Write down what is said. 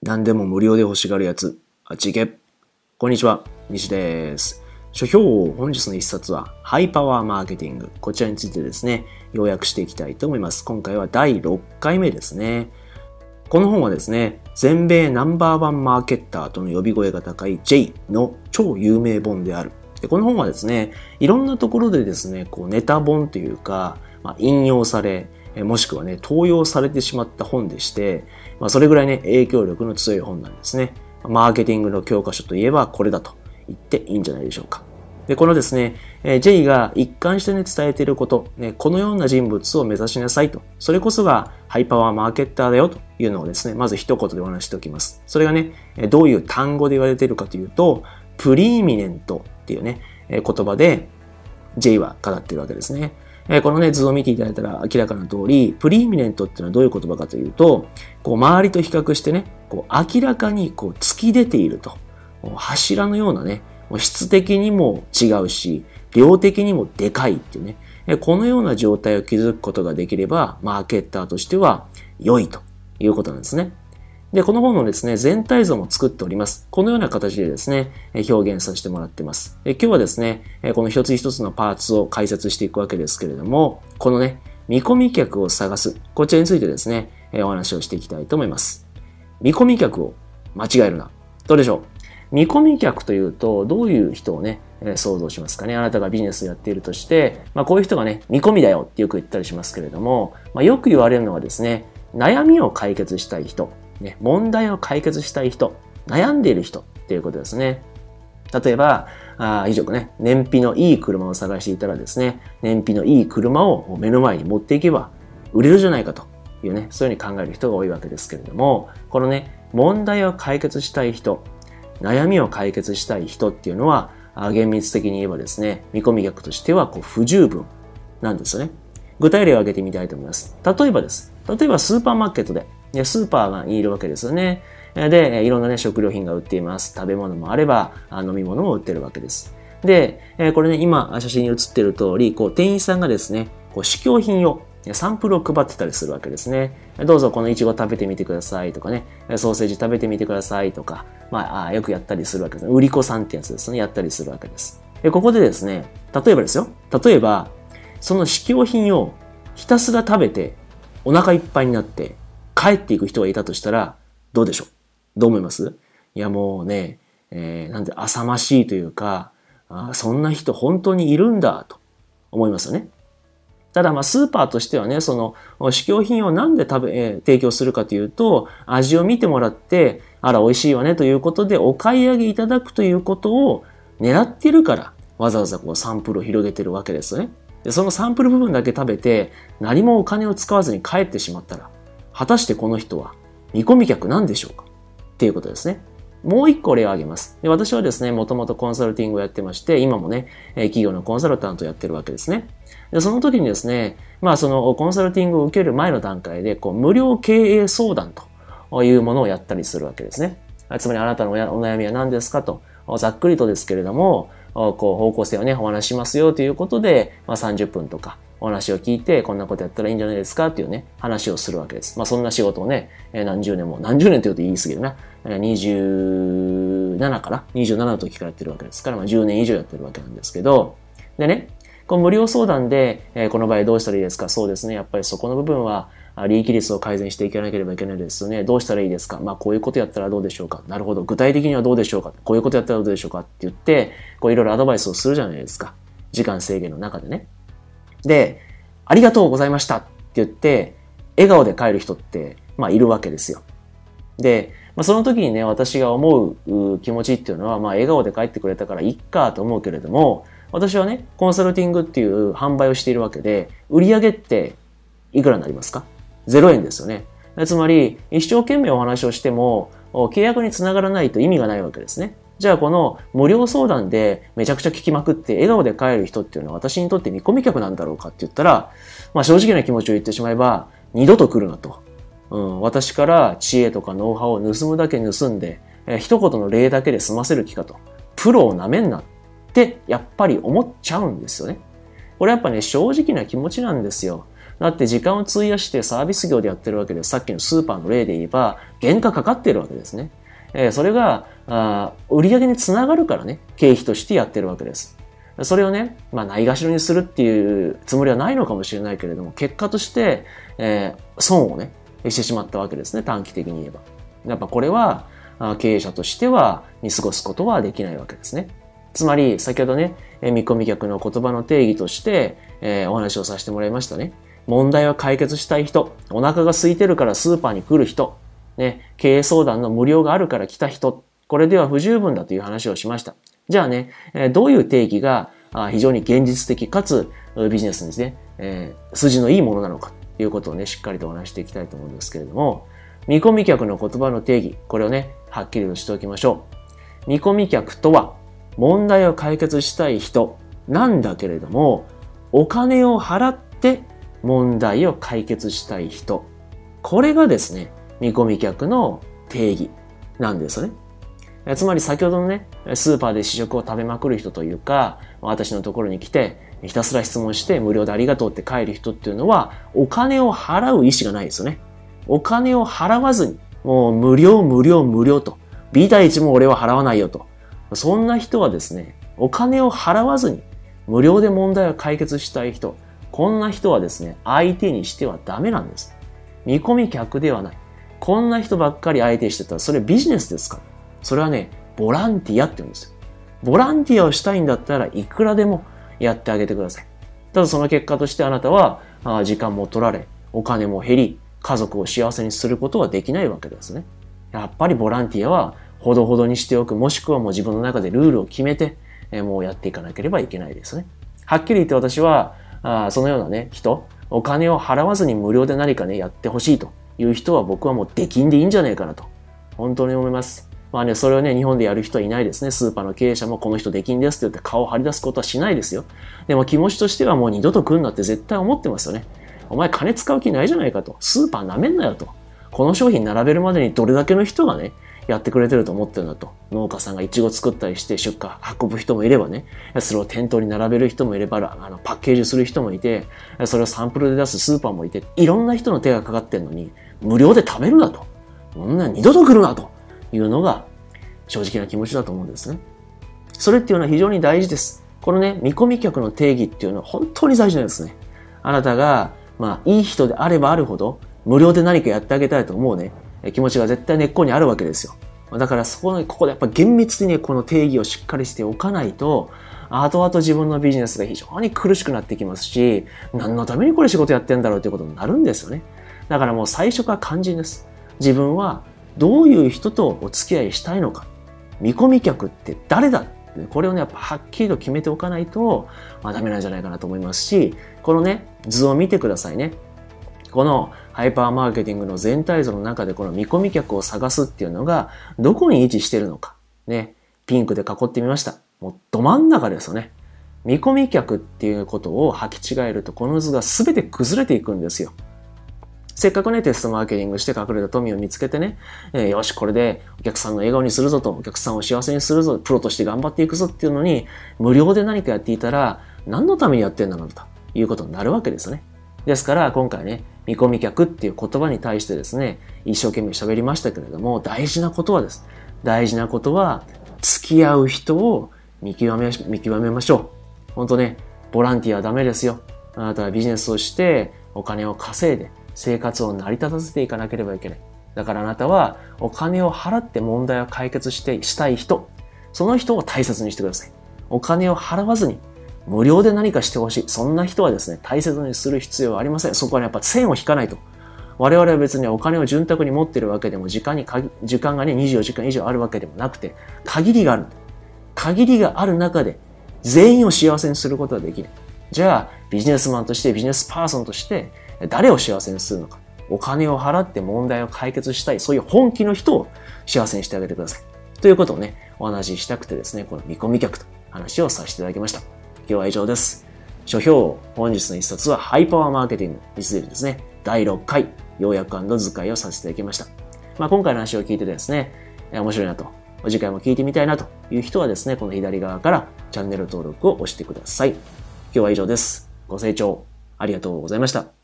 何でも無料で欲しがるやつ、あっち行け。こんにちは、西です。書評、本日の一冊は、ハイパワーマーケティング。こちらについてですね、要約していきたいと思います。今回は第6回目ですね。この本はですね、全米ナンバーワンマーケッターとの呼び声が高い J の超有名本である。でこの本はですね、いろんなところでですね、ネタ本というか、引用され、もしくはね、盗用されてしまった本でして、それぐらいね、影響力の強い本なんですね。マーケティングの教科書といえばこれだと言っていいんじゃないでしょうか。で、このですね、J が一貫してね、伝えていること、ね、このような人物を目指しなさいと。それこそがハイパワーマーケッターだよというのをですね、まず一言でお話しておきます。それがね、どういう単語で言われているかというと、プリーミネントっていうね、言葉で J は語っているわけですね。このね、図を見ていただいたら明らかな通り、プリーミネントっていうのはどういう言葉かというと、周りと比較してね、明らかに突き出ていると。柱のようなね、質的にも違うし、量的にもでかいっていうね、このような状態を築くことができれば、マーケッターとしては良いということなんですね。で、この本のですね、全体像も作っております。このような形でですね、表現させてもらっています。今日はですね、この一つ一つのパーツを解説していくわけですけれども、このね、見込み客を探す、こちらについてですね、お話をしていきたいと思います。見込み客を間違えるな。どうでしょう？見込み客というと、どういう人をね、想像しますかね。あなたがビジネスをやっているとして、こういう人がね、見込みだよってよく言ったりしますけれども、よく言われるのはですね、悩みを解決したい人。ね、問題を解決したい人、悩んでいる人っていうことですね。例えば、以上ね、燃費のいい車を探していたらですね、燃費のいい車を目の前に持っていけば売れるじゃないかというね、そういうふうに考える人が多いわけですけれども、このね、問題を解決したい人、悩みを解決したい人っていうのは、厳密的に言えばですね、見込み客としては不十分なんですよね。具体例を挙げてみたいと思います。例えばスーパーマーケットで、スーパーがいるわけですよね。で、いろんなね、食料品が売っています。食べ物もあれば、飲み物も売ってるわけです。で、これね、今、写真に写っている通り、店員さんがですね、試供品を、サンプルを配ってたりするわけですね。どうぞこのイチゴ食べてみてくださいとかね、ソーセージ食べてみてくださいとか、よくやったりするわけですね。売り子さんってやつですね、やったりするわけです。で、ここでですね、例えば、その試供品をひたすら食べて、お腹いっぱいになって、帰っていく人がいたとしたら、どうでしょう？どう思います？いやもうね、浅ましいというか、そんな人本当にいるんだと思いますよね。ただスーパーとしてはね、その試供品をなんで提供するかというと、味を見てもらって、あら美味しいわねということでお買い上げいただくということを狙っているから、わざわざサンプルを広げてるわけですよね。で、そのサンプル部分だけ食べて、何もお金を使わずに帰ってしまったら、果たしてこの人は見込み客なんでしょうかっていうことですね。もう一個例を挙げます。で、私はですね、もともとコンサルティングをやってまして、今もね、企業のコンサルタントをやってるわけですね。で、その時にですね、そのコンサルティングを受ける前の段階で、無料経営相談というものをやったりするわけですね。つまりあなたのお悩みは何ですかと、ざっくりとですけれども、方向性をね、お話しますよということで、30分とかお話を聞いて、こんなことやったらいいんじゃないですかっていうね、話をするわけです。そんな仕事をね、何十年というと言い過ぎるな。27の時からやってるわけですから、10年以上やってるわけなんですけど、でね、無料相談で、この場合どうしたらいいですか？そうですね。やっぱりそこの部分は、利益率を改善していかなければいけないですよね。どうしたらいいですか？こういうことやったらどうでしょうか？なるほど。具体的にはどうでしょうか？こういうことやったらどうでしょうか？って言って、いろいろアドバイスをするじゃないですか。時間制限の中でね。で、ありがとうございましたって言って、笑顔で帰る人って、いるわけですよ。で、その時にね、私が思う気持ちっていうのは、笑顔で帰ってくれたからいっかと思うけれども、私はね、コンサルティングっていう販売をしているわけで、売上っていくらになりますか？0円ですよね。つまり、一生懸命お話をしても、契約につながらないと意味がないわけですね。じゃあこの無料相談でめちゃくちゃ聞きまくって笑顔で帰る人っていうのは私にとって見込み客なんだろうかって言ったら、正直な気持ちを言ってしまえば、二度と来るなと。私から知恵とかノウハウを盗むだけ盗んで、一言の例だけで済ませる気かと。プロを舐めんなってやっぱり思っちゃうんですよね。これやっぱね、正直な気持ちなんですよ。 だって時間を費やしてサービス業でやってるわけで、さっきのスーパーの例で言えば、原価かかってるわけですね。それが、売上につながるからね、経費としてやってるわけです。それをね、ないがしろにするっていうつもりはないのかもしれないけれども、結果として、損をね、してしまったわけですね、短期的に言えば。やっぱこれは、経営者としては見過ごすことはできないわけですね。つまり、先ほどね、見込み客の言葉の定義として、お話をさせてもらいましたね。問題を解決したい人、お腹が空いてるからスーパーに来る人、ね、経営相談の無料があるから来た人、これでは不十分だという話をしました。じゃあね、どういう定義が非常に現実的かつビジネスにですね、筋のいいものなのかということをね、しっかりとお話していきたいと思うんですけれども、見込み客の言葉の定義、これをね、はっきりとしておきましょう。見込み客とは、問題を解決したい人なんだけれども、お金を払って問題を解決したい人。これがですね、見込み客の定義なんですね。つまり先ほどのね、スーパーで試食を食べまくる人というか、私のところに来て、ひたすら質問して無料でありがとうって帰る人っていうのは、お金を払う意思がないですよね。お金を払わずに、もう無料と、B 対1も俺は払わないよと。そんな人はですね、お金を払わずに、無料で問題を解決したい人、こんな人はですね、相手にしてはダメなんです。見込み客ではない。こんな人ばっかり相手してたら、それビジネスですから。それはね、ボランティアって言うんですよ。ボランティアをしたいんだったらいくらでもやってあげてください。ただその結果としてあなたは時間も取られ、お金も減り、家族を幸せにすることはできないわけですね。やっぱりボランティアはほどほどにしておく、もしくはもう自分の中でルールを決めて、もうやっていかなければいけないですね。はっきり言って私は、そのようなね、人、お金を払わずに無料で何かね、やってほしいという人は僕はもう出禁でいいんじゃないかなと、本当に思います。それをね、日本でやる人はいないですね。スーパーの経営者もこの人出禁ですって言って顔を張り出すことはしないですよ。でも気持ちとしてはもう二度と来るなって絶対思ってますよね。お前金使う気ないじゃないかと。スーパー舐めんなよと。この商品並べるまでにどれだけの人がね、やってくれてると思ってるんだと。農家さんがイチゴ作ったりして出荷運ぶ人もいればね、それを店頭に並べる人もいれば、パッケージする人もいて、それをサンプルで出すスーパーもいて、いろんな人の手がかかってるのに、無料で食べるなと。そんな二度と来るなというのが正直な気持ちだと思うんですね。それっていうのは非常に大事です。このね、見込み客の定義っていうのは本当に大事なんですね。あなたが、いい人であればあるほど、無料で何かやってあげたいと思うね、気持ちが絶対根っこにあるわけですよ。だからここでやっぱ厳密にね、この定義をしっかりしておかないと、後々自分のビジネスが非常に苦しくなってきますし、何のためにこれ仕事やってんだろうということになるんですよね。だからもう最初から肝心です。自分はどういう人とお付き合いしたいのか。見込み客って誰だ？これをね、やっぱはっきりと決めておかないと、ダメなんじゃないかなと思いますし、このね、図を見てくださいね。このハイパーマーケティングの全体像の中でこの見込み客を探すっていうのがどこに位置しているのか。ね。ピンクで囲ってみました。もうど真ん中ですよね。見込み客っていうことを履き違えるとこの図が全て崩れていくんですよ。せっかくね、テストマーケティングして隠れた富を見つけてね、よし、これでお客さんの笑顔にするぞと、お客さんを幸せにするぞ、プロとして頑張っていくぞっていうのに、無料で何かやっていたら、何のためにやってんだろうということになるわけですよね。ですから、今回ね、見込み客っていう言葉に対してですね、一生懸命喋りましたけれども、大事なことはです。大事なことは、付き合う人を見極めましょう。本当ね、ボランティアはダメですよ。あなたはビジネスをして、お金を稼いで、生活を成り立たせていかなければいけない。だからあなたはお金を払って問題を解決したい人、その人を大切にしてください。お金を払わずに無料で何かしてほしい。そんな人はですね、大切にする必要はありません。そこはね、やっぱ線を引かないと。我々は別にお金を潤沢に持っているわけでも、時間がね、24時間以上あるわけでもなくて、限りがある。限りがある中で、全員を幸せにすることはできない。じゃあ、ビジネスマンとして、ビジネスパーソンとして、誰を幸せにするのか。お金を払って問題を解決したい。そういう本気の人を幸せにしてあげてください。ということをね、お話ししたくてですね、この見込み客と話をさせていただきました。今日は以上です。書評、本日の一冊はハイパワーマーケティングについてですね、第6回、要約&図解をさせていただきました。今回の話を聞いてですね、面白いなと、次回も聞いてみたいなという人はですね、この左側からチャンネル登録を押してください。今日は以上です。ご清聴ありがとうございました。